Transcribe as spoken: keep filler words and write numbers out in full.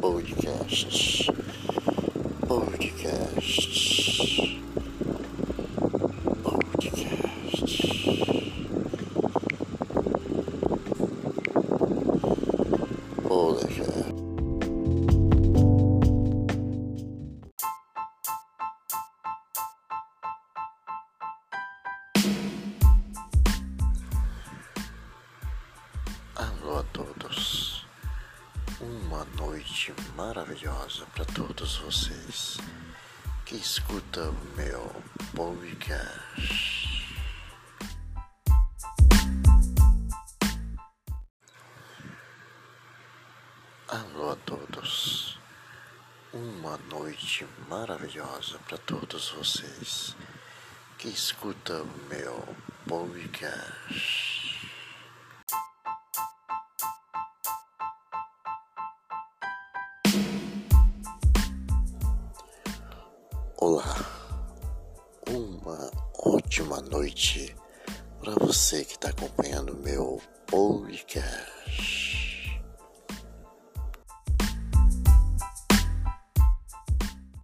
podcast, podcast, podcast. Podcast. Alô a todos, uma noite maravilhosa para todos vocês que escutam o meu podcast. Alô a todos, uma noite maravilhosa para todos vocês que escutam o meu podcast. Olá, uma ótima noite para você que está acompanhando meu podcast.